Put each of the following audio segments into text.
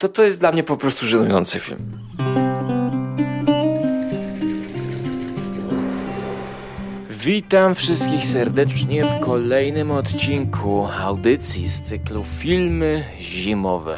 to jest dla mnie po prostu żenujący film. Witam wszystkich serdecznie w kolejnym odcinku audycji z cyklu Filmy Zimowe.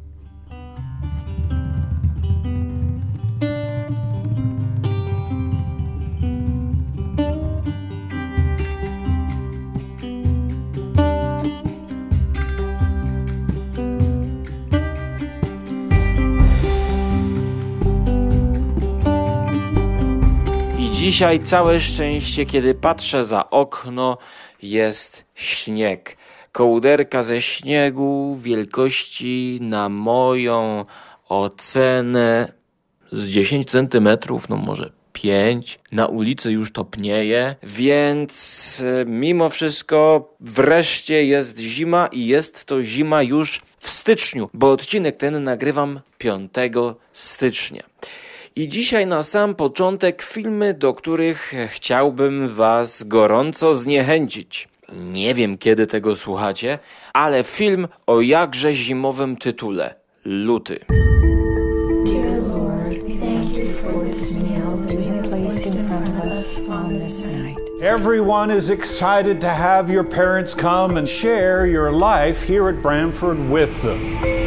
Dzisiaj całe szczęście, kiedy patrzę za okno, jest śnieg. Kołderka ze śniegu wielkości na moją ocenę z 10 centymetrów, no może 5. Na ulicy już topnieje, więc mimo wszystko wreszcie jest zima i jest to zima już w styczniu, bo odcinek ten nagrywam 5 stycznia. I dzisiaj na sam początek filmy, do których chciałbym was gorąco zniechęcić. Nie wiem, kiedy tego słuchacie, ale film o jakże zimowym tytule – Luty. Dear Lord, thank you for this meal that you have placed in front of us on this night. Everyone is excited to have your parents come and share your life here at Branford with them.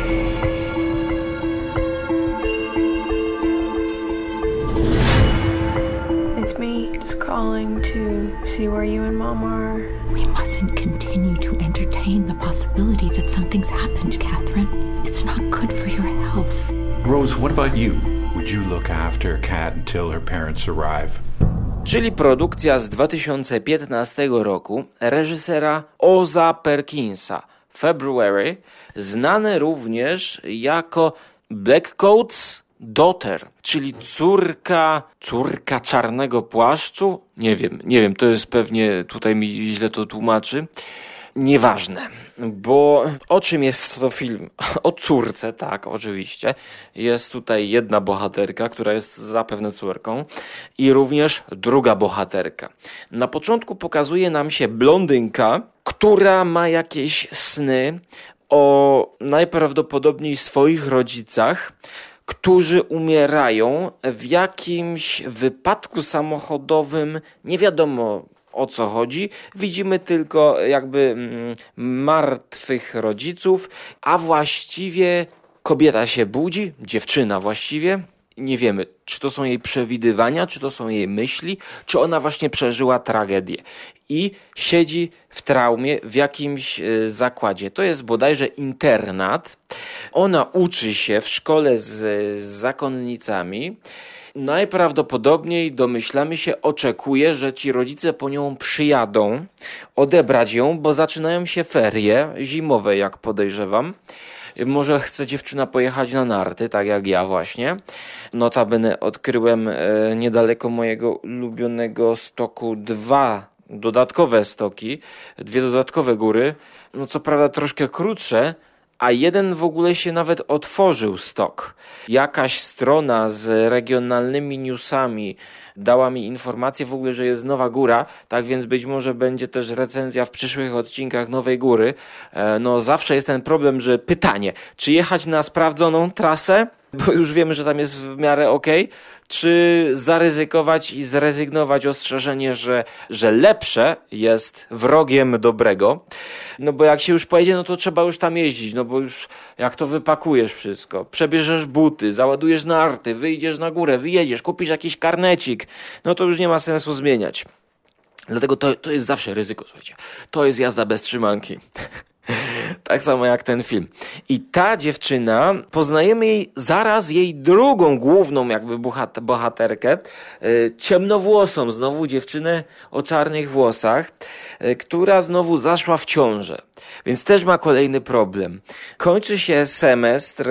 It's me, just calling to see where you and Mom are. We mustn't continue to entertain the possibility that something's happened, Catherine. It's not good for your health. Rose, what about you? Would you look after Kat until her parents arrive? Czyli produkcja z 2015 roku reżysera Oza Perkinsa, February, znany również jako Blackcoat's Daughter, czyli córka czarnego płaszczu. Nie wiem, to jest pewnie, tutaj mi źle to tłumaczy. Nieważne, bo o czym jest to film? O córce, tak, oczywiście. Jest tutaj jedna bohaterka, która jest zapewne córką i również druga bohaterka. Na początku pokazuje nam się blondynka, która ma jakieś sny o najprawdopodobniej swoich rodzicach, którzy umierają w jakimś wypadku samochodowym, nie wiadomo o co chodzi. Widzimy tylko jakby martwych rodziców, a właściwie kobieta się budzi, dziewczyna właściwie. Nie wiemy, czy to są jej przewidywania, czy to są jej myśli, czy ona właśnie przeżyła tragedię. I siedzi w traumie w jakimś zakładzie. To jest bodajże internat. Ona uczy się w szkole z zakonnicami. Najprawdopodobniej, domyślamy się, oczekuje, że ci rodzice po nią przyjadą odebrać ją, bo zaczynają się ferie zimowe, jak podejrzewam. Może chce dziewczyna pojechać na narty, tak jak ja właśnie. Notabene odkryłem niedaleko mojego ulubionego stoku 2 dodatkowe stoki, 2 dodatkowe góry. No co prawda troszkę krótsze, a jeden w ogóle się nawet otworzył stok. Jakaś strona z regionalnymi newsami dała mi informację w ogóle, że jest nowa góra, tak więc być może będzie też recenzja w przyszłych odcinkach Nowej Góry. No zawsze jest ten problem, że pytanie, czy jechać na sprawdzoną trasę, bo już wiemy, że tam jest w miarę okej, czy zaryzykować i zrezygnować ostrzeżenie, że lepsze jest wrogiem dobrego. No bo jak się już pojedzie, no to trzeba już tam jeździć, no bo już jak to wypakujesz wszystko, przebierzesz buty, załadujesz narty, wyjdziesz na górę, wyjedziesz, kupisz jakiś karnecik, no to już nie ma sensu zmieniać. Dlatego to jest zawsze ryzyko, słuchajcie. To jest jazda bez trzymanki. Tak samo jak ten film. I ta dziewczyna, poznajemy zaraz jej drugą główną jakby bohaterkę, ciemnowłosą znowu dziewczynę o czarnych włosach, która znowu zaszła w ciążę. Więc też ma kolejny problem. Kończy się semestr,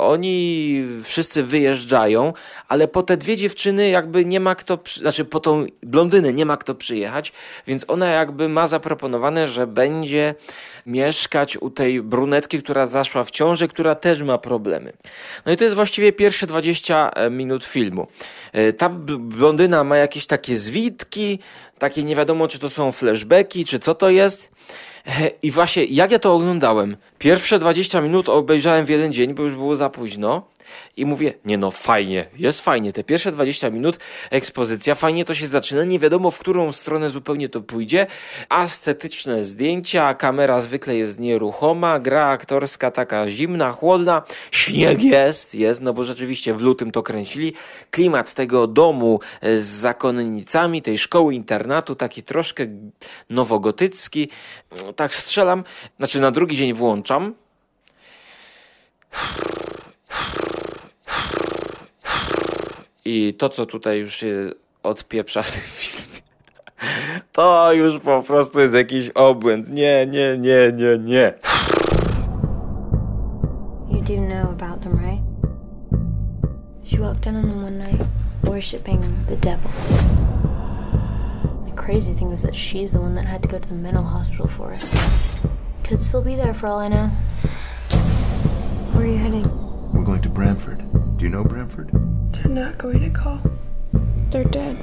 oni wszyscy wyjeżdżają, ale po te dwie dziewczyny jakby nie ma kto, po tą blondynę nie ma kto przyjechać, więc ona jakby ma zaproponowane, że będzie mieszkać u tej brunetki, która zaszła w ciążę, która też ma problemy. No i to jest właściwie pierwsze 20 minut filmu. Ta blondyna ma jakieś takie zwitki, takie nie wiadomo, czy to są flashbacki, czy co to jest. I właśnie, jak ja to oglądałem? Pierwsze 20 minut obejrzałem w jeden dzień, bo już było za późno. I mówię, nie no, fajnie, jest fajnie. Te pierwsze 20 minut ekspozycja, fajnie to się zaczyna. Nie wiadomo, w którą stronę zupełnie to pójdzie. Estetyczne zdjęcia, kamera zwykle jest nieruchoma, gra aktorska taka zimna, chłodna. Śnieg jest, no bo rzeczywiście w lutym to kręcili. Klimat tego domu z zakonnicami, tej szkoły internatu, taki troszkę nowogotycki. Tak strzelam, znaczy na drugi dzień włączam. I to, co tutaj już się odpieprza w tym filmie, to już po prostu jest jakiś obłęd. Nie. You do know about them, right? She walked in on them one night, worshipping the devil. The crazy thing is that she's the one that had to go to the mental hospital for it. Could still be there for all I know. Where are you heading? We're going to Bramford. Do you know Bramford? They're not going to call. They're dead.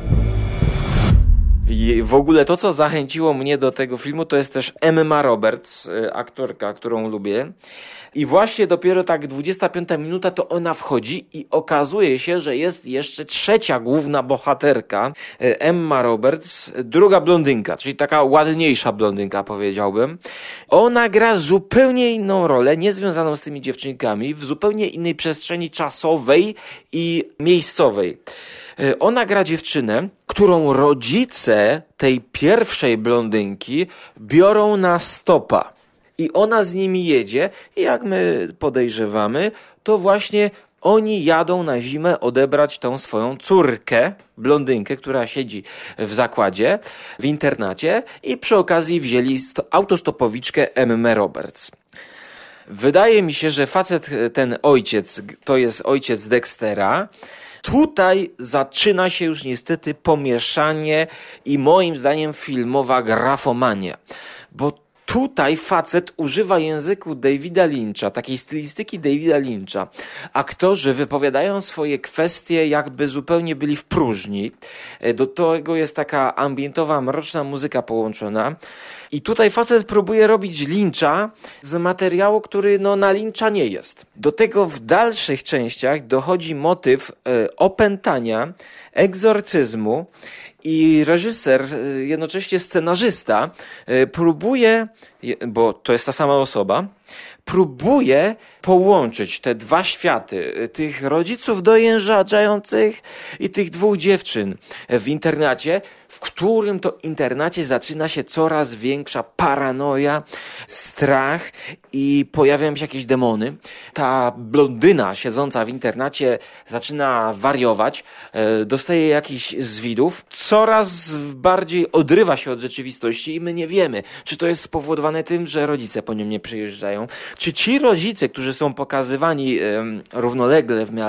I w ogóle to, co zachęciło mnie do tego filmu, to jest też Emma Roberts, aktorka, którą lubię. I właśnie dopiero tak 25 minuta to ona wchodzi i okazuje się, że jest jeszcze trzecia główna bohaterka, Emma Roberts, druga blondynka, czyli taka ładniejsza blondynka, powiedziałbym. Ona gra zupełnie inną rolę, niezwiązaną z tymi dziewczynkami, w zupełnie innej przestrzeni czasowej i miejscowej. Ona gra dziewczynę, którą rodzice tej pierwszej blondynki biorą na stopa. I ona z nimi jedzie i jak my podejrzewamy, to właśnie oni jadą na zimę odebrać tą swoją córkę, blondynkę, która siedzi w zakładzie, w internacie i przy okazji wzięli autostopowiczkę Emmę Roberts. Wydaje mi się, że facet, ten ojciec, to jest ojciec Dextera. Tutaj zaczyna się już niestety pomieszanie i moim zdaniem filmowa grafomania, bo tutaj facet używa języku Davida Lyncha, takiej stylistyki Davida Lyncha. Aktorzy wypowiadają swoje kwestie, jakby zupełnie byli w próżni. Do tego jest taka ambientowa, mroczna muzyka połączona. I tutaj facet próbuje robić Lyncha z materiału, który na Lyncha nie jest. Do tego w dalszych częściach dochodzi motyw opętania, egzorcyzmu i reżyser, jednocześnie scenarzysta, próbuje, bo to jest ta sama osoba, próbuje połączyć te dwa światy, tych rodziców dojężających i tych dwóch dziewczyn w internacie, w którym to internacie zaczyna się coraz większa paranoja, strach i pojawiają się jakieś demony. Ta blondyna siedząca w internacie zaczyna wariować, dostaje jakichś zwidów, coraz bardziej odrywa się od rzeczywistości i my nie wiemy, czy to jest spowodowane tym, że rodzice po nią nie przyjeżdżają, czy ci rodzice, którzy są pokazywani równolegle w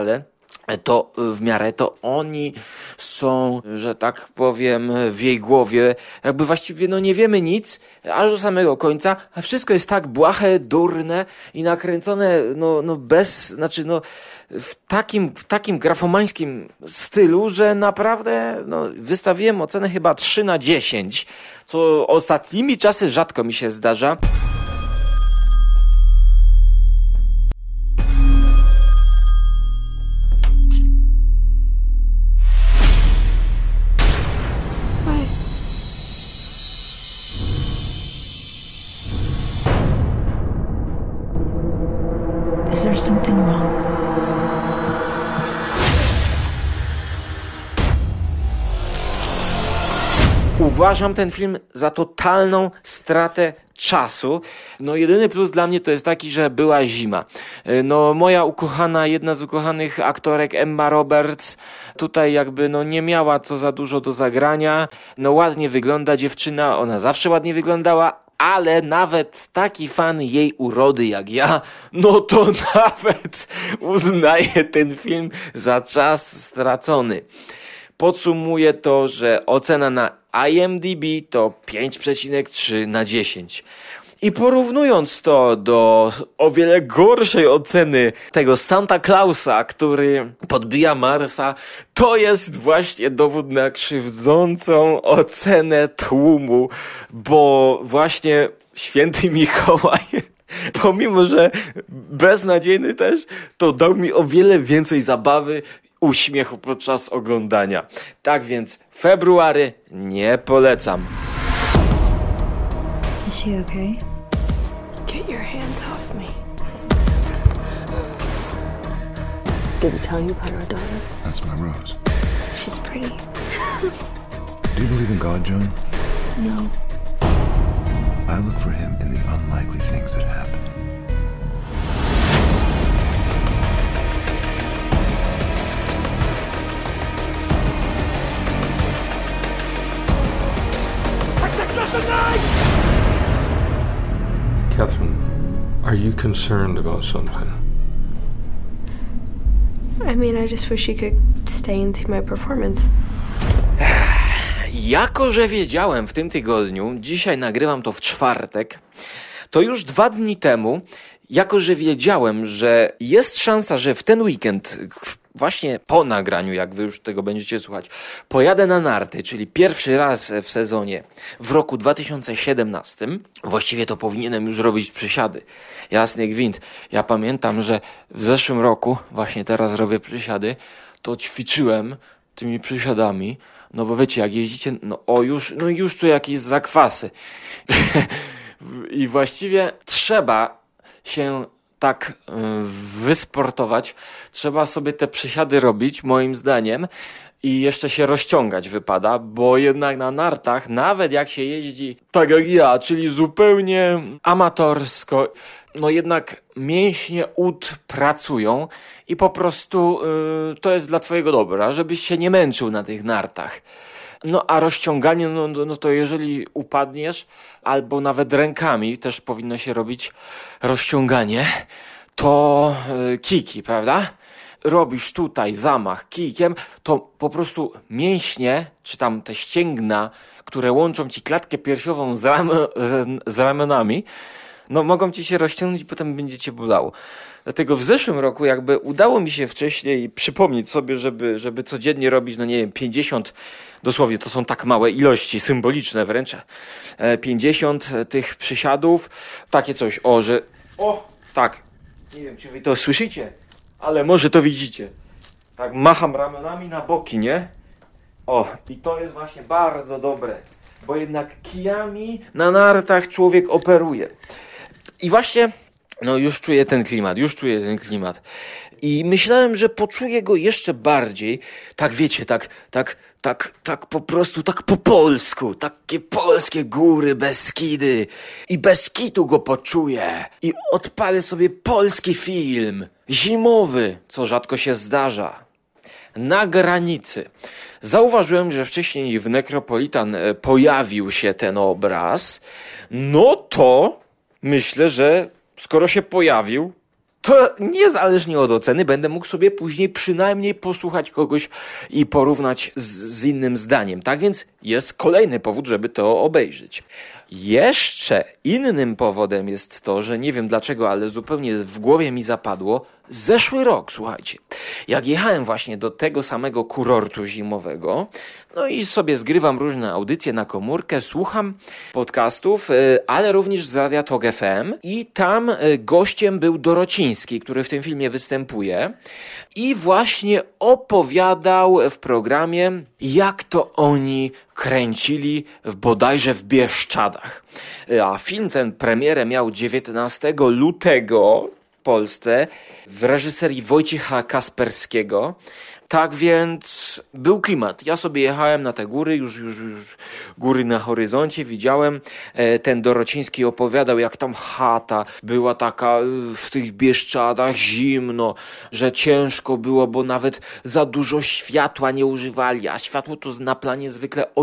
miarę, to oni są, że tak powiem, w jej głowie. Jakby właściwie nie wiemy nic, aż do samego końca, a wszystko jest tak błahe, durne i nakręcone w takim grafomańskim stylu, że naprawdę wystawiłem ocenę chyba 3/10, co ostatnimi czasy rzadko mi się zdarza. Is there something wrong? Uważam ten film za totalną stratę czasu. Jedyny plus dla mnie to jest taki, że była zima. Moja ukochana, jedna z ukochanych aktorek Emma Roberts tutaj jakby nie miała co za dużo do zagrania. Ładnie wygląda dziewczyna, ona zawsze ładnie wyglądała, ale nawet taki fan jej urody jak ja, to nawet uznaje ten film za czas stracony. Podsumuję to, że ocena na IMDb to 5,3/10. I porównując to do o wiele gorszej oceny tego Santa Clausa, który podbija Marsa, to jest właśnie dowód na krzywdzącą ocenę tłumu, bo właśnie święty Mikołaj, pomimo że beznadziejny też, to dał mi o wiele więcej zabawy, uśmiechu podczas oglądania. Tak więc February nie polecam. Is she okay? Get your hands off me. Did he tell you about our daughter? That's my Rose. She's pretty. Do you believe in God, Joan? No. I look for him in the unlikely things that happen. Catherine, are you concerned about something? I mean, I just wish you could stay and see my performance. Jako że wiedziałem w tym tygodniu, dzisiaj nagrywam to w czwartek, to już 2 dni temu, jako że wiedziałem, że jest szansa, że w ten weekend, właśnie po nagraniu, jak wy już tego będziecie słuchać, pojadę na narty, czyli pierwszy raz w sezonie w roku 2017. Właściwie to powinienem już robić przysiady. Jasny gwint. Ja pamiętam, że w zeszłym roku, właśnie teraz robię przysiady, to ćwiczyłem tymi przysiadami. No bo wiecie, jak jeździcie, już tu jakieś zakwasy. I właściwie trzeba się tak wysportować, trzeba sobie te przysiady robić, moim zdaniem, i jeszcze się rozciągać wypada, bo jednak na nartach, nawet jak się jeździ tak jak ja, czyli zupełnie amatorsko, no jednak mięśnie ud pracują i po prostu to jest dla twojego dobra, żebyś się nie męczył na tych nartach. No a rozciąganie, no to jeżeli upadniesz, albo nawet rękami też powinno się robić rozciąganie, to kiki, prawda? Robisz tutaj zamach kijkiem, to po prostu mięśnie, czy tam te ścięgna, które łączą ci klatkę piersiową z ramionami, no mogą ci się rozciągnąć i potem będzie cię bolało. Dlatego w zeszłym roku jakby udało mi się wcześniej przypomnieć sobie, żeby codziennie robić, 50, dosłownie to są tak małe ilości, symboliczne wręcz, 50 tych przysiadów, takie coś, tak, nie wiem czy wy to słyszycie, ale może to widzicie, tak macham ramionami na boki, nie? I to jest właśnie bardzo dobre, bo jednak kijami na nartach człowiek operuje. I właśnie, już czuję ten klimat. I myślałem, że poczuję go jeszcze bardziej, tak wiecie, tak po prostu, tak po polsku, takie polskie góry, Beskidy. I bez kitu go poczuję. I odpalę sobie polski film, zimowy, co rzadko się zdarza. Na granicy. Zauważyłem, że wcześniej w Necropolitan pojawił się ten obraz. No to myślę, że skoro się pojawił, to niezależnie od oceny będę mógł sobie później przynajmniej posłuchać kogoś i porównać z innym zdaniem. Tak więc jest kolejny powód, żeby to obejrzeć. Jeszcze innym powodem jest to, że nie wiem dlaczego, ale zupełnie w głowie mi zapadło, zeszły rok, słuchajcie, jak jechałem właśnie do tego samego kurortu zimowego, no i sobie zgrywam różne audycje na komórkę, słucham podcastów, ale również z Radia Tok FM i tam gościem był Dorociński, który w tym filmie występuje i właśnie opowiadał w programie, jak to oni kręcili bodajże w Bieszczadach. A film ten premierę miał 19 lutego w Polsce w reżyserii Wojciecha Kasperskiego. Tak więc był klimat. Ja sobie jechałem na te góry, już góry na horyzoncie widziałem. Ten Dorociński opowiadał, jak tam chata była taka w tych Bieszczadach zimno, że ciężko było, bo nawet za dużo światła nie używali, a światło to na planie zwykle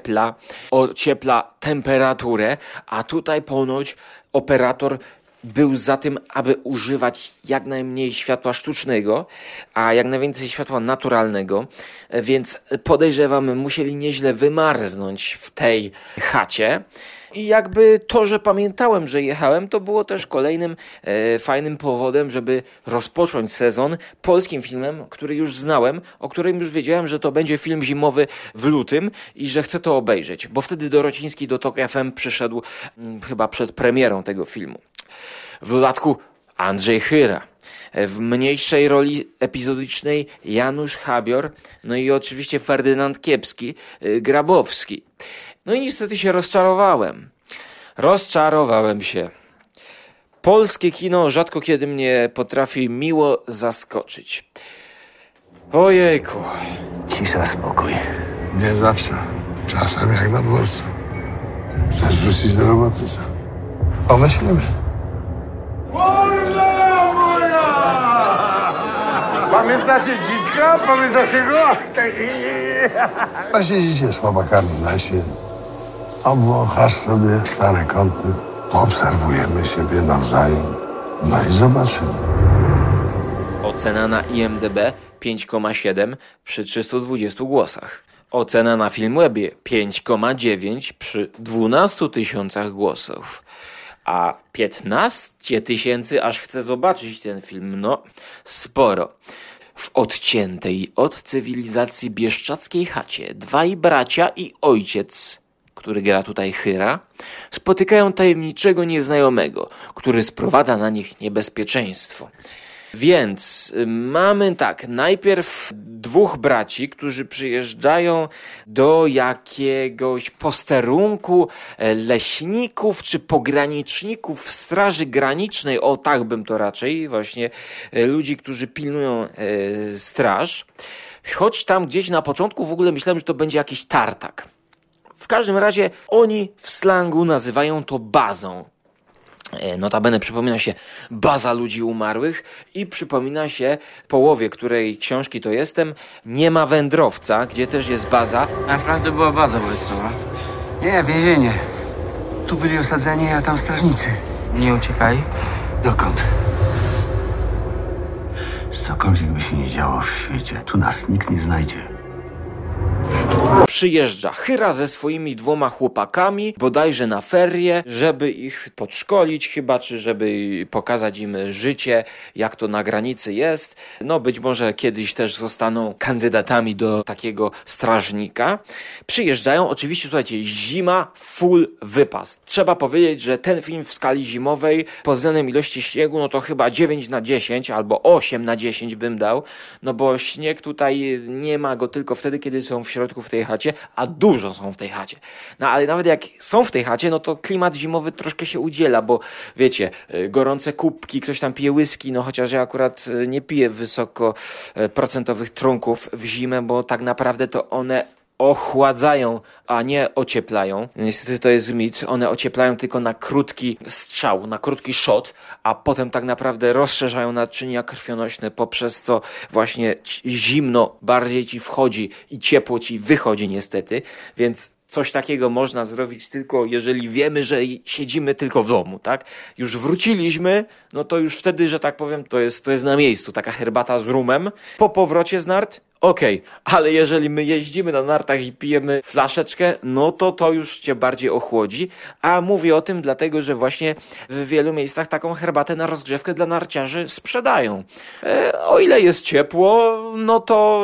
ociepla temperaturę, a tutaj ponoć operator był za tym, aby używać jak najmniej światła sztucznego, a jak najwięcej światła naturalnego, więc podejrzewam, musieli nieźle wymarznąć w tej chacie. I jakby to, że pamiętałem, że jechałem, to było też kolejnym fajnym powodem, żeby rozpocząć sezon polskim filmem, który już znałem, o którym już wiedziałem, że to będzie film zimowy w lutym i że chcę to obejrzeć, bo wtedy Dorociński do TOK FM przyszedł chyba przed premierą tego filmu. W dodatku Andrzej Chyra. W mniejszej roli epizodycznej Janusz Habior, no i oczywiście Ferdynand Kiepski, Grabowski. No i niestety się rozczarowałem. Rozczarowałem się. Polskie kino rzadko kiedy mnie potrafi miło zaskoczyć. Ojejku. Cisza, spokój. Nie zawsze. Czasem jak na dworcu. Chcesz wrócić do roboty, co? Pomyślimy. Pamiętacie dziwka? Pamiętacie go? Właśnie dzisiaj z chłopakami w lesie. Obwąchasz sobie stare kąty. Obserwujemy siebie nawzajem. No i zobaczymy. Ocena na IMDb 5,7 przy 320 głosach. Ocena na Filmwebie 5,9 przy 12 000 głosów. A 15 000 aż chcę zobaczyć ten film. No, sporo. W odciętej od cywilizacji bieszczackiej chacie dwaj bracia i ojciec, który gra tutaj Chyra, spotykają tajemniczego nieznajomego, który sprowadza na nich niebezpieczeństwo. Więc mamy tak, najpierw dwóch braci, którzy przyjeżdżają do jakiegoś posterunku leśników czy pograniczników Straży Granicznej, o tak bym to raczej, właśnie ludzi, którzy pilnują straż, choć tam gdzieś na początku w ogóle myślałem, że to będzie jakiś tartak. W każdym razie oni w slangu nazywają to bazą. Notabene przypomina się baza ludzi umarłych i przypomina się połowie, której książki to jestem, Nie ma wędrowca, gdzie też jest baza. Naprawdę była baza wojskowa? Nie, więzienie. Tu byli osadzeni, a tam strażnicy. Nie uciekali? Dokąd? Cokolwiek by się nie działo w świecie, tu nas nikt nie znajdzie. Przyjeżdża Chyra ze swoimi dwoma chłopakami, bodajże na ferie, żeby ich podszkolić chyba, czy żeby pokazać im życie, jak to na granicy jest. No być może kiedyś też zostaną kandydatami do takiego strażnika. Przyjeżdżają, oczywiście słuchajcie, zima, full wypas. Trzeba powiedzieć, że ten film w skali zimowej pod względem ilości śniegu, no to chyba 9/10 albo 8/10 bym dał, no bo śnieg tutaj nie ma go tylko wtedy, kiedy są w środku w tej chacie, a dużo są w tej chacie. No ale nawet jak są w tej chacie, no to klimat zimowy troszkę się udziela, bo wiecie, gorące kubki, ktoś tam pije whisky, no chociaż ja akurat nie piję wysokoprocentowych trunków w zimę, bo tak naprawdę to one ochładzają, a nie ocieplają. Niestety to jest mit. One ocieplają tylko na krótki strzał, na krótki shot, a potem tak naprawdę rozszerzają naczynia krwionośne, poprzez co właśnie zimno bardziej ci wchodzi i ciepło ci wychodzi niestety, więc coś takiego można zrobić tylko jeżeli wiemy, że siedzimy tylko w domu, tak? Już wróciliśmy, no to już wtedy, że tak powiem, to jest na miejscu. Taka herbata z rumem. Po powrocie z nart, okej, ale jeżeli my jeździmy na nartach i pijemy flaszeczkę, no to już cię bardziej ochłodzi. A mówię o tym dlatego, że właśnie w wielu miejscach taką herbatę na rozgrzewkę dla narciarzy sprzedają. O ile jest ciepło, no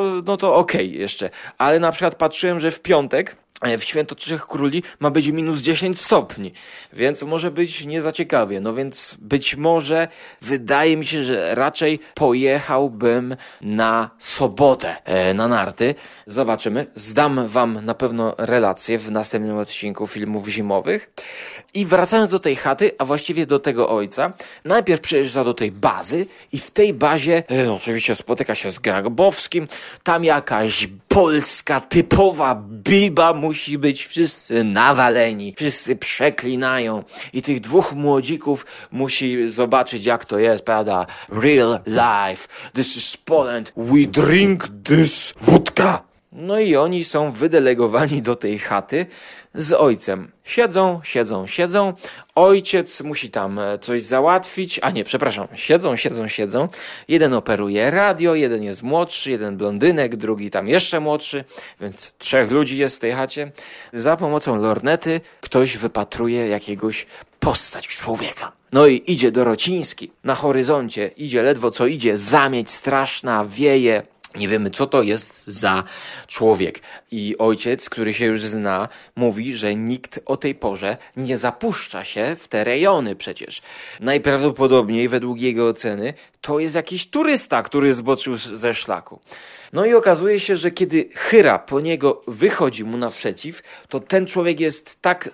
to okej jeszcze. Ale na przykład patrzyłem, że w piątek w Święto Trzech Króli ma być -10 stopni, więc może być nie za ciekawie. No więc być może wydaje mi się, że raczej pojechałbym na sobotę na narty. Zobaczymy. Zdam wam na pewno relację w następnym odcinku filmów zimowych. I wracając do tej chaty, a właściwie do tego ojca, najpierw przyjeżdża do tej bazy i w tej bazie oczywiście spotyka się z Grabowskim. Tam jakaś polska typowa biba musi być, wszyscy nawaleni, wszyscy przeklinają i tych dwóch młodzików musi zobaczyć, jak to jest, prawda? Real life, this is Poland, we drink this wódka. No i oni są wydelegowani do tej chaty z ojcem. Siedzą. Ojciec musi tam coś załatwić. Siedzą. Jeden operuje radio, jeden jest młodszy, jeden blondynek, drugi tam jeszcze młodszy, więc 3 ludzi jest w tej chacie. Za pomocą lornety ktoś wypatruje jakiegoś postać człowieka. No i idzie Dorociński. Na horyzoncie idzie, ledwo co idzie, zamieć straszna, wieje. Nie wiemy, co to jest za człowiek. I ojciec, który się już zna, mówi, że nikt o tej porze nie zapuszcza się w te rejony przecież. Najprawdopodobniej, według jego oceny, to jest jakiś turysta, który zboczył ze szlaku. No i okazuje się, że kiedy Hyra po niego wychodzi mu naprzeciw, to ten człowiek jest tak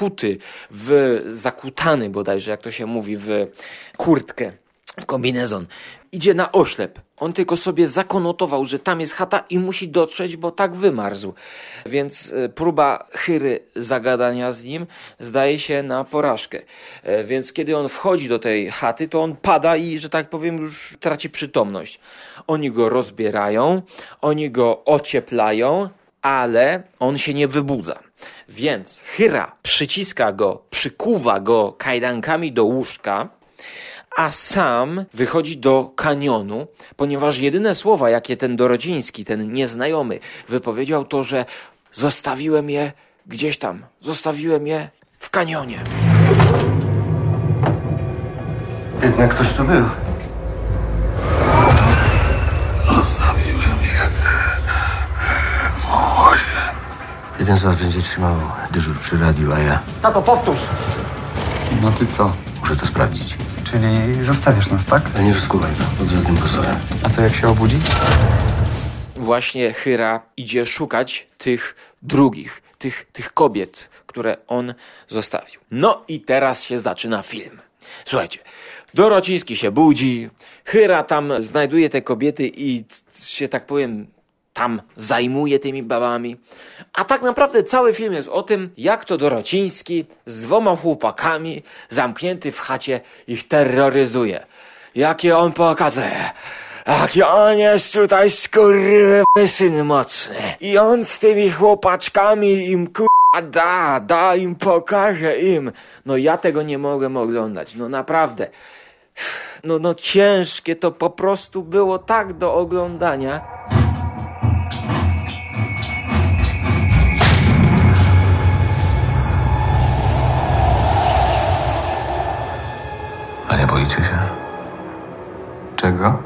zakutany bodajże, jak to się mówi, w kurtkę, w kombinezon. Idzie na oślep. On tylko sobie zakonotował, że tam jest chata i musi dotrzeć, bo tak wymarzł. Więc próba Hyry zagadania z nim zdaje się na porażkę. Więc kiedy on wchodzi do tej chaty, to on pada i, że tak powiem, już traci przytomność. Oni go rozbierają, oni go ocieplają, ale on się nie wybudza. Więc Hyra przykuwa go kajdankami do łóżka, a sam wychodzi do kanionu, ponieważ jedyne słowa, jakie ten Dorociński, ten nieznajomy, wypowiedział, to, że zostawiłem je gdzieś tam, zostawiłem je w kanionie. Jednak ktoś tu był. Zostawiłem je w obozie. Jeden z was będzie trzymał dyżur przy radiu, a ja... Tato, powtórz! No ty co? Muszę to sprawdzić. Czyli zostawiasz nas, tak? Ale nie wyskuwaj to, pod żadnym pozorem. A co, jak się obudzi? Właśnie Hyra idzie szukać tych drugich, tych kobiet, które on zostawił. No i teraz się zaczyna film. Słuchajcie, Dorociński się budzi, Hyra tam znajduje te kobiety i się, tak powiem, tam zajmuje tymi babami. A tak naprawdę cały film jest o tym, jak to Dorociński z 2 chłopakami zamknięty w chacie ich terroryzuje. Jakie on pokazuje. Jaki on jest tutaj skurwysyn mocny. I on z tymi chłopaczkami im da im, pokaże im. No ja tego nie mogę oglądać. No naprawdę. No ciężkie to po prostu było tak do oglądania. A nie boicie się? Czego?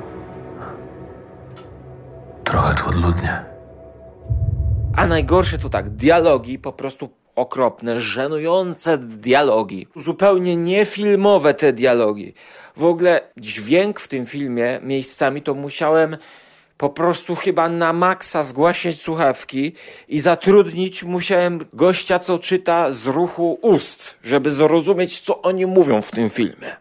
Trochę tu odludnie. A najgorsze to tak, dialogi po prostu okropne, żenujące dialogi. Zupełnie niefilmowe te dialogi. W ogóle dźwięk w tym filmie miejscami to musiałem po prostu chyba na maksa zgłaśniać słuchawki i zatrudnić musiałem gościa, co czyta z ruchu ust, żeby zrozumieć, co oni mówią w tym filmie.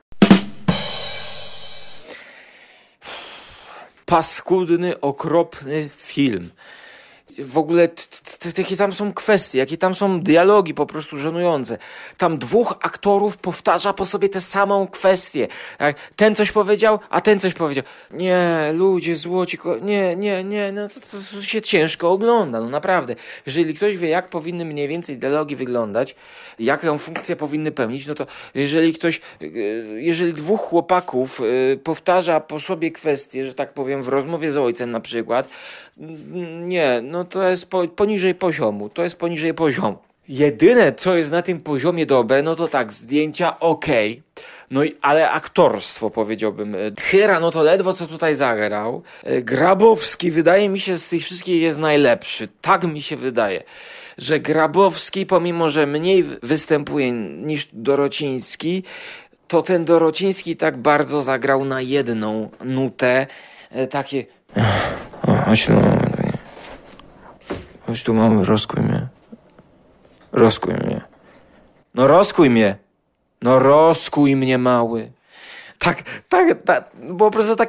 Paskudny, okropny film. W ogóle jakie tam są kwestie, jakie tam są dialogi po prostu żenujące. Tam 2 aktorów powtarza po sobie tę samą kwestię. Ten coś powiedział, a ten coś powiedział. Nie, ludzie złoci, nie, no to się ciężko ogląda, no naprawdę. Jeżeli ktoś wie, jak powinny mniej więcej dialogi wyglądać, jaką funkcję powinny pełnić, no to jeżeli 2 chłopaków powtarza po sobie kwestię, że tak powiem, w rozmowie z ojcem na przykład, nie, no to jest poniżej poziomu. To jest poniżej poziomu. Jedyne, co jest na tym poziomie dobre, no to tak, zdjęcia okej. No i ale aktorstwo, powiedziałbym. Hyra, no to ledwo co tutaj zagrał. Grabowski, wydaje mi się, z tych wszystkich jest najlepszy. Tak mi się wydaje, że Grabowski, pomimo że mniej występuje niż Dorociński, to ten Dorociński tak bardzo zagrał na jedną nutę. Takie... Chodź tu, mamy. Chodź tu, mamy, rozkuj mnie. Rozkuj mnie. No rozkuj mnie. No rozkuj mnie, mały. Tak, po prostu takie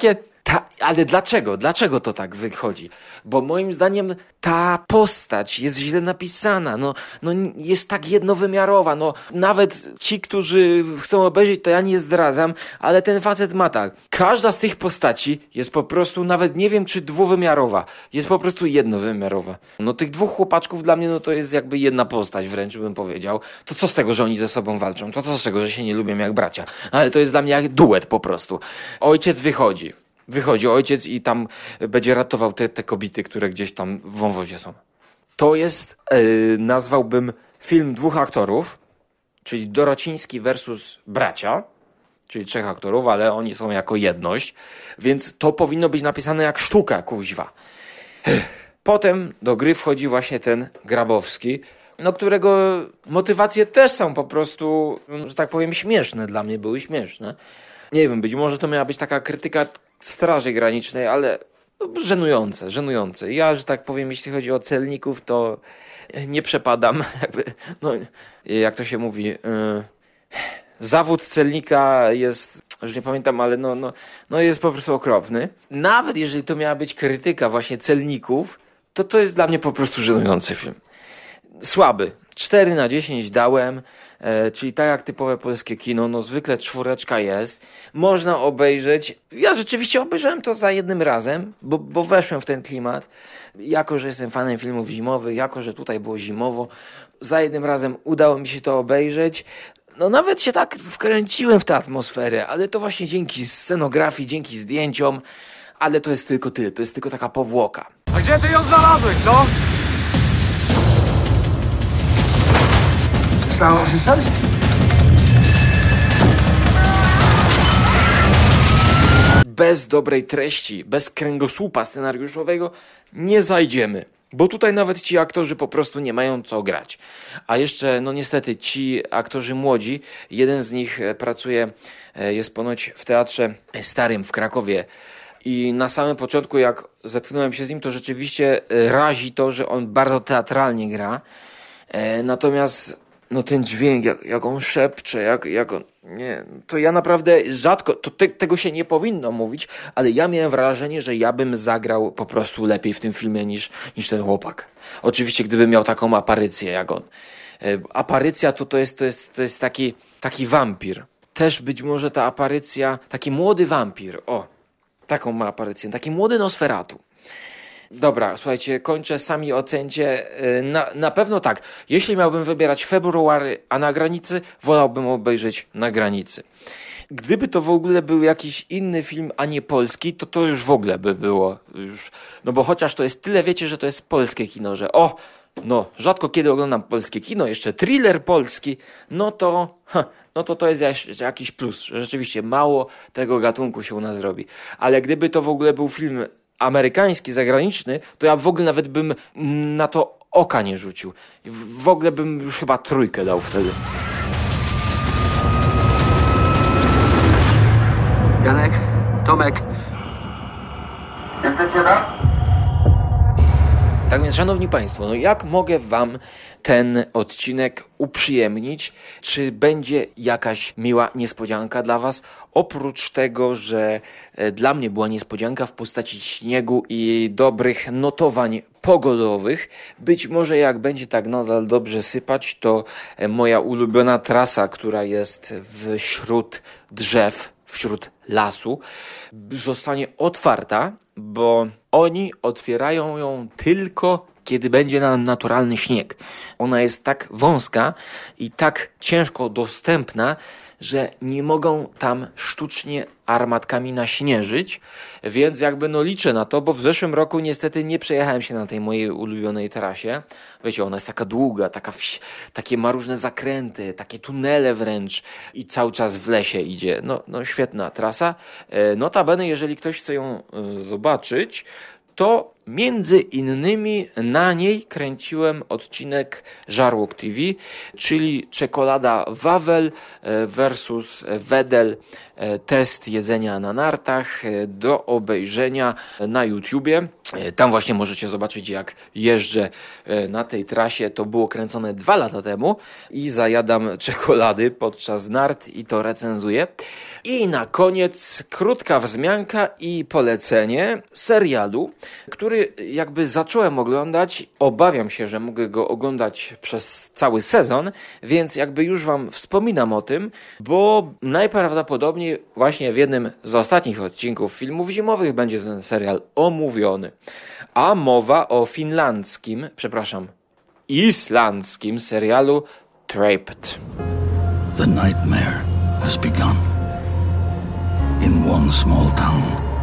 Ale dlaczego? Dlaczego to tak wychodzi? Bo moim zdaniem ta postać jest źle napisana, no jest tak jednowymiarowa, no nawet ci, którzy chcą obejrzeć, to ja nie zdradzam, ale ten facet ma tak. Każda z tych postaci jest po prostu, nawet nie wiem czy dwuwymiarowa, jest po prostu jednowymiarowa. No tych dwóch chłopaczków dla mnie, no to jest jakby jedna postać wręcz bym powiedział. To co z tego, że oni ze sobą walczą? To co z tego, że się nie lubią jak bracia? Ale to jest dla mnie jak duet po prostu. Ojciec Wychodzi ojciec i tam będzie ratował te kobiety, które gdzieś tam w wąwozie są. To jest, nazwałbym film dwóch aktorów, czyli Dorociński versus bracia, czyli trzech aktorów, ale oni są jako jedność, więc to powinno być napisane jak sztuka, kuźwa. Potem do gry wchodzi właśnie ten Grabowski, no którego motywacje też są po prostu, że tak powiem, śmieszne. Dla mnie były śmieszne. Nie wiem, być może to miała być taka krytyka Straży Granicznej, ale żenujące. Ja, że tak powiem, jeśli chodzi o celników, to nie przepadam. No, jak to się mówi, zawód celnika jest, już nie pamiętam, ale no jest po prostu okropny. Nawet jeżeli to miała być krytyka właśnie celników, to jest dla mnie po prostu żenujący film. Słaby. 4/10 dałem, czyli tak jak typowe polskie kino, no zwykle 4 jest. Można obejrzeć. Ja rzeczywiście obejrzałem to za jednym razem, bo weszłem w ten klimat. Jako, że jestem fanem filmów zimowych, jako, że tutaj było zimowo, za jednym razem udało mi się to obejrzeć. No nawet się tak wkręciłem w tę atmosferę, ale to właśnie dzięki scenografii, dzięki zdjęciom, ale to jest tylko tyle, to jest tylko taka powłoka. A gdzie ty ją znalazłeś, co? Stało się coś? Bez dobrej treści, bez kręgosłupa scenariuszowego nie zajdziemy. Bo tutaj nawet ci aktorzy po prostu nie mają co grać. A jeszcze, no niestety, ci aktorzy młodzi, jeden z nich pracuje, jest ponoć w Teatrze Starym w Krakowie. I na samym początku, jak zetknąłem się z nim, to rzeczywiście razi to, że on bardzo teatralnie gra. Natomiast no ten dźwięk, jak on szepcze, jak on... Nie, to ja naprawdę rzadko... Tego się nie powinno mówić, ale ja miałem wrażenie, że ja bym zagrał po prostu lepiej w tym filmie niż ten chłopak. Oczywiście, gdybym miał taką aparycję jak on. Aparycja to jest taki wampir. Też być może ta aparycja... Taki młody wampir. O, taką ma aparycję. Taki młody Nosferatu. Dobra, słuchajcie, kończę, sami ocencie. Na pewno tak. Jeśli miałbym wybierać February, a Na granicy, wolałbym obejrzeć Na granicy. Gdyby to w ogóle był jakiś inny film, a nie polski, to już w ogóle by było. No bo chociaż to jest tyle, wiecie, że to jest polskie kino, że rzadko kiedy oglądam polskie kino, jeszcze thriller polski, no to jest jakiś plus. Rzeczywiście mało tego gatunku się u nas robi. Ale gdyby to w ogóle był film amerykański, zagraniczny, to ja w ogóle nawet bym na to oka nie rzucił. W ogóle bym już chyba 3 dał wtedy. Janek, Tomek. Jesteście tam? Tak więc, szanowni państwo, no jak mogę wam ten odcinek uprzyjemnić? Czy będzie jakaś miła niespodzianka dla was? Oprócz tego, że dla mnie była niespodzianka w postaci śniegu i dobrych notowań pogodowych. Być może jak będzie tak nadal dobrze sypać, to moja ulubiona trasa, która jest wśród drzew, wśród lasu, zostanie otwarta, bo oni otwierają ją tylko kiedy będzie nam naturalny śnieg. Ona jest tak wąska i tak ciężko dostępna, że nie mogą tam sztucznie armatkami naśnieżyć, więc liczę na to, bo w zeszłym roku niestety nie przejechałem się na tej mojej ulubionej trasie. Wiecie, ona jest taka długa, takie ma różne zakręty, takie tunele wręcz i cały czas w lesie idzie. No świetna trasa. Notabene, jeżeli ktoś chce ją zobaczyć, to między innymi na niej kręciłem odcinek Żarłok TV, czyli czekolada Wawel versus Wedel, test jedzenia na nartach, do obejrzenia na YouTubie. Tam właśnie możecie zobaczyć, jak jeżdżę na tej trasie. To było kręcone 2 lata temu i zajadam czekolady podczas nart i to recenzuję. I na koniec krótka wzmianka i polecenie serialu, który jakby zacząłem oglądać. Obawiam się, że mogę go oglądać przez cały sezon, więc jakby już wam wspominam o tym, bo najprawdopodobniej właśnie w jednym z ostatnich odcinków filmów zimowych będzie ten serial omówiony. A mowa o islandzkim serialu Trapped. The nightmare has begun. In one small town,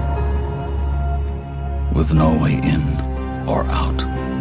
with no way in or out.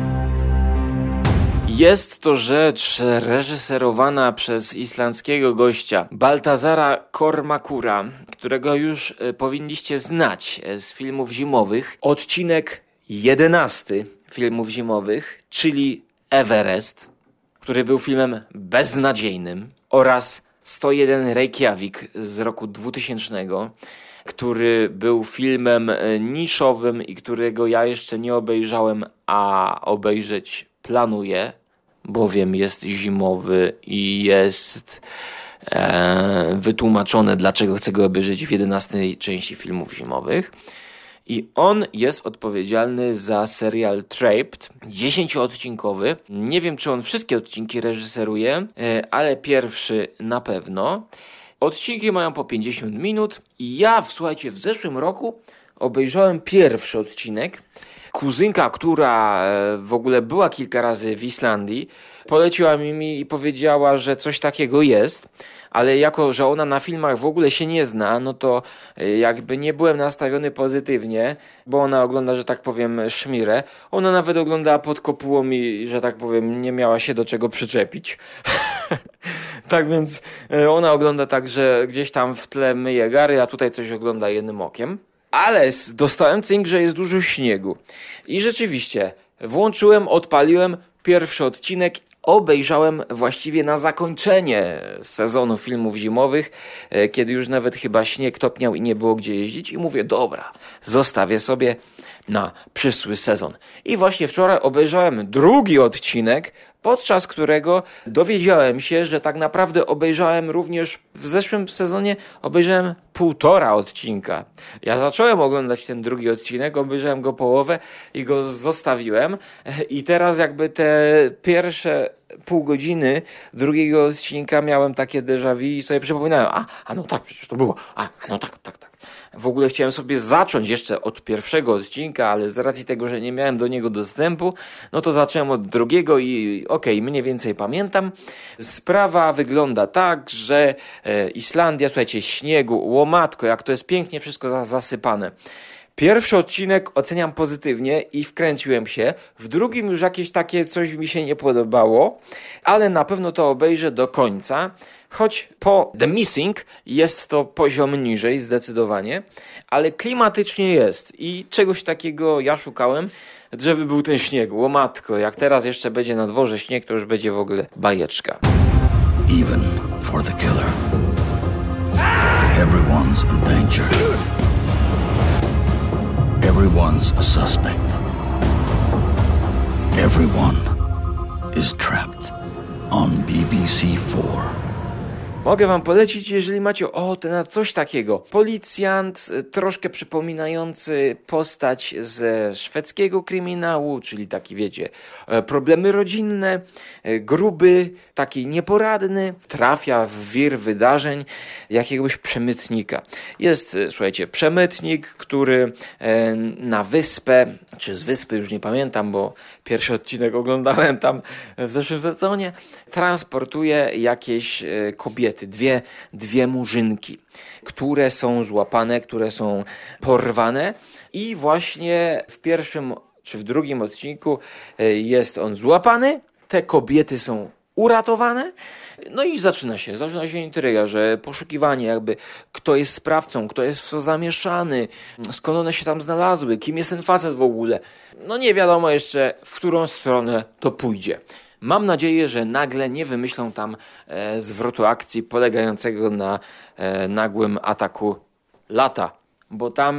Jest to rzecz reżyserowana przez islandzkiego gościa Baltazara Kormakura, którego już powinniście znać z filmów zimowych. Odcinek 11 filmów zimowych, czyli Everest, który był filmem beznadziejnym, oraz 101 Reykjavik z roku 2000, który był filmem niszowym i którego ja jeszcze nie obejrzałem, a obejrzeć planuję, bowiem jest zimowy i jest wytłumaczone, dlaczego chcę go obejrzeć w 11 części filmów zimowych. I on jest odpowiedzialny za serial Trapped, 10-odcinkowy. Nie wiem, czy on wszystkie odcinki reżyseruje, ale pierwszy na pewno. Odcinki mają po 50 minut i ja, słuchajcie, w zeszłym roku obejrzałem pierwszy odcinek. Kuzynka, która w ogóle była kilka razy w Islandii, poleciła mi i powiedziała, że coś takiego jest, ale jako, że ona na filmach w ogóle się nie zna, no to jakby nie byłem nastawiony pozytywnie, bo ona ogląda, że tak powiem, szmirę. Ona nawet oglądała pod kopułą i, że tak powiem, nie miała się do czego przyczepić. Tak więc ona ogląda tak, że gdzieś tam w tle myje gary, a tutaj coś ogląda jednym okiem. Ale dostałem cynk, że jest dużo śniegu. I rzeczywiście włączyłem, odpaliłem pierwszy odcinek, obejrzałem właściwie na zakończenie sezonu filmów zimowych, kiedy już nawet chyba śnieg topniał i nie było gdzie jeździć, i mówię, dobra, zostawię sobie na przyszły sezon. I właśnie wczoraj obejrzałem drugi odcinek, podczas którego dowiedziałem się, że tak naprawdę obejrzałem również w zeszłym sezonie 1,5 odcinka. Ja zacząłem oglądać ten drugi odcinek, obejrzałem go połowę i go zostawiłem, i teraz jakby te pierwsze pół godziny drugiego odcinka miałem takie déjà vu i sobie przypominałem, no tak, przecież to było, no tak. W ogóle chciałem sobie zacząć jeszcze od pierwszego odcinka, ale z racji tego, że nie miałem do niego dostępu, no to zacząłem od drugiego i mniej więcej pamiętam. Sprawa wygląda tak, że Islandia, słuchajcie, śniegu, łomatko, jak to jest pięknie wszystko zasypane. Pierwszy odcinek oceniam pozytywnie i wkręciłem się. W drugim już jakieś takie coś mi się nie podobało, ale na pewno to obejrzę do końca. Choć po The Missing jest to poziom niżej zdecydowanie, ale klimatycznie jest i czegoś takiego ja szukałem, żeby był ten śnieg. Łomatko, jak teraz jeszcze będzie na dworze śnieg, to już będzie w ogóle bajeczka. Even for the killer. Everyone's in danger. Everyone's a suspect. Everyone is trapped on BBC4. Mogę wam polecić, jeżeli macie ochotę na coś takiego. Policjant, troszkę przypominający postać ze szwedzkiego kryminału, czyli taki, wiecie, problemy rodzinne, gruby, taki nieporadny, trafia w wir wydarzeń jakiegoś przemytnika. Jest, słuchajcie, przemytnik, który na wyspę, czy z wyspy, już nie pamiętam, bo pierwszy odcinek oglądałem tam w zeszłym sezonie, transportuje jakieś kobiety. Dwie murzynki, które są złapane, które są porwane, i właśnie w pierwszym czy w drugim odcinku jest on złapany, te kobiety są uratowane, no i zaczyna się intryga, że poszukiwanie jakby, kto jest sprawcą, kto jest w co zamieszany, skąd one się tam znalazły, kim jest ten facet w ogóle. No nie wiadomo jeszcze, w którą stronę to pójdzie. Mam nadzieję, że nagle nie wymyślą tam zwrotu akcji polegającego na nagłym ataku lata, bo tam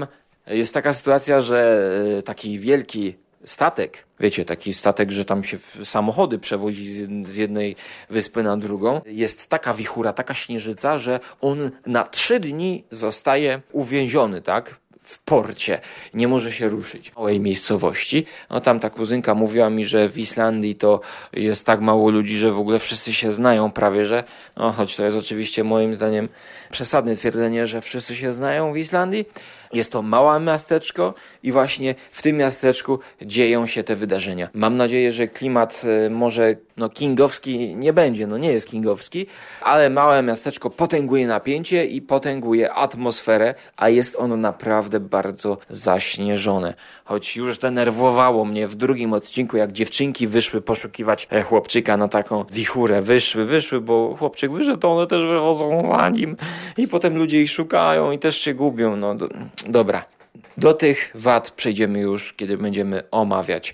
Jest taka sytuacja, że taki wielki statek, wiecie, taki statek, że tam się samochody przewozi z jednej wyspy na drugą. Jest taka wichura, taka śnieżyca, że on na 3 dni zostaje uwięziony, tak? W porcie. Nie może się ruszyć. W małej miejscowości. No tam ta kuzynka mówiła mi, że w Islandii to jest tak mało ludzi, że w ogóle wszyscy się znają prawie, że no choć to jest oczywiście moim zdaniem przesadne twierdzenie, że wszyscy się znają w Islandii. Jest to małe miasteczko i właśnie w tym miasteczku dzieją się te wydarzenia. Mam nadzieję, że klimat może kingowski nie będzie, nie jest kingowski, ale małe miasteczko potęguje napięcie i potęguje atmosferę, a jest ono naprawdę bardzo zaśnieżone. Choć już denerwowało mnie w drugim odcinku, jak dziewczynki wyszły poszukiwać chłopczyka na taką wichurę. Wyszły, bo chłopczyk wyszedł, to one też wychodzą za nim i potem ludzie ich szukają i też się gubią. Dobra. Do tych wad przejdziemy już, kiedy będziemy omawiać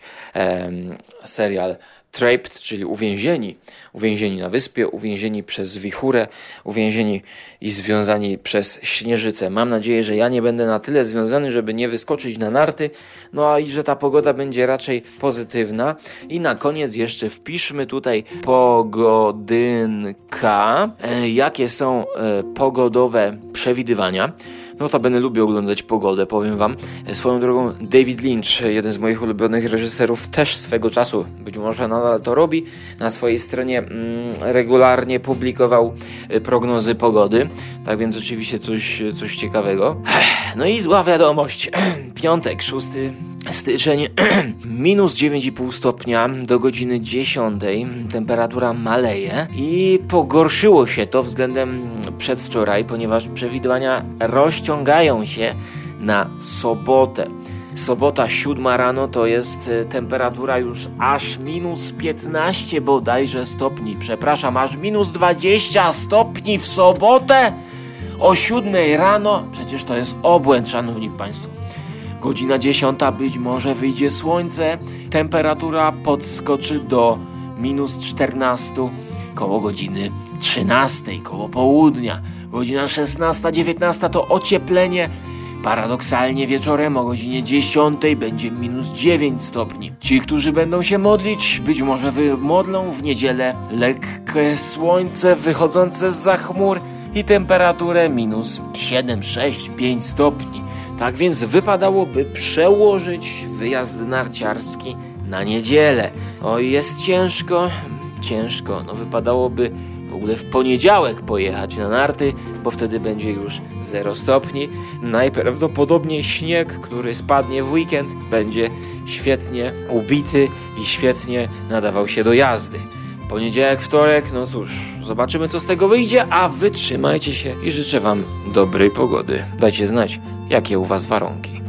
serial Trapped, czyli uwięzieni na wyspie, uwięzieni przez wichurę, uwięzieni i związani przez śnieżycę. Mam nadzieję, że ja nie będę na tyle związany, żeby nie wyskoczyć na narty, a i że ta pogoda będzie raczej pozytywna. I na koniec jeszcze wpiszmy tutaj pogodynka. Jakie są pogodowe przewidywania? Notabene lubię oglądać pogodę, powiem wam. Swoją drogą David Lynch, jeden z moich ulubionych reżyserów, też swego czasu, być może nadal to robi, na swojej stronie regularnie publikował prognozy pogody. Tak więc oczywiście coś ciekawego. No i zła wiadomość. Piątek, 6 styczeń, minus 9,5 stopnia do godziny 10. Temperatura maleje i pogorszyło się to względem przedwczoraj, ponieważ przewidywania rozciągają się na sobotę. Sobota 7 rano to jest temperatura już aż minus 15 bodajże stopni. Przepraszam, aż minus 20 stopni w sobotę o 7 rano. Przecież to jest obłęd, szanowni państwo. Godzina 10 być może wyjdzie słońce. Temperatura podskoczy do minus 14 koło godziny 13, koło południa. Godzina 16, 19 to ocieplenie. Paradoksalnie wieczorem o godzinie 10 będzie minus 9 stopni. Ci, którzy będą się modlić, być może wymodlą w niedzielę lekkie słońce wychodzące zza chmur i temperaturę minus 7, 6, 5 stopni. Tak więc wypadałoby przełożyć wyjazd narciarski na niedzielę. Jest ciężko. Wypadałoby w ogóle w poniedziałek pojechać na narty, bo wtedy będzie już 0 stopni. Najprawdopodobniej śnieg, który spadnie w weekend, będzie świetnie ubity i świetnie nadawał się do jazdy. Poniedziałek, wtorek, cóż, zobaczymy co z tego wyjdzie, a wy trzymajcie się i życzę wam dobrej pogody. Dajcie znać, jakie u was warunki.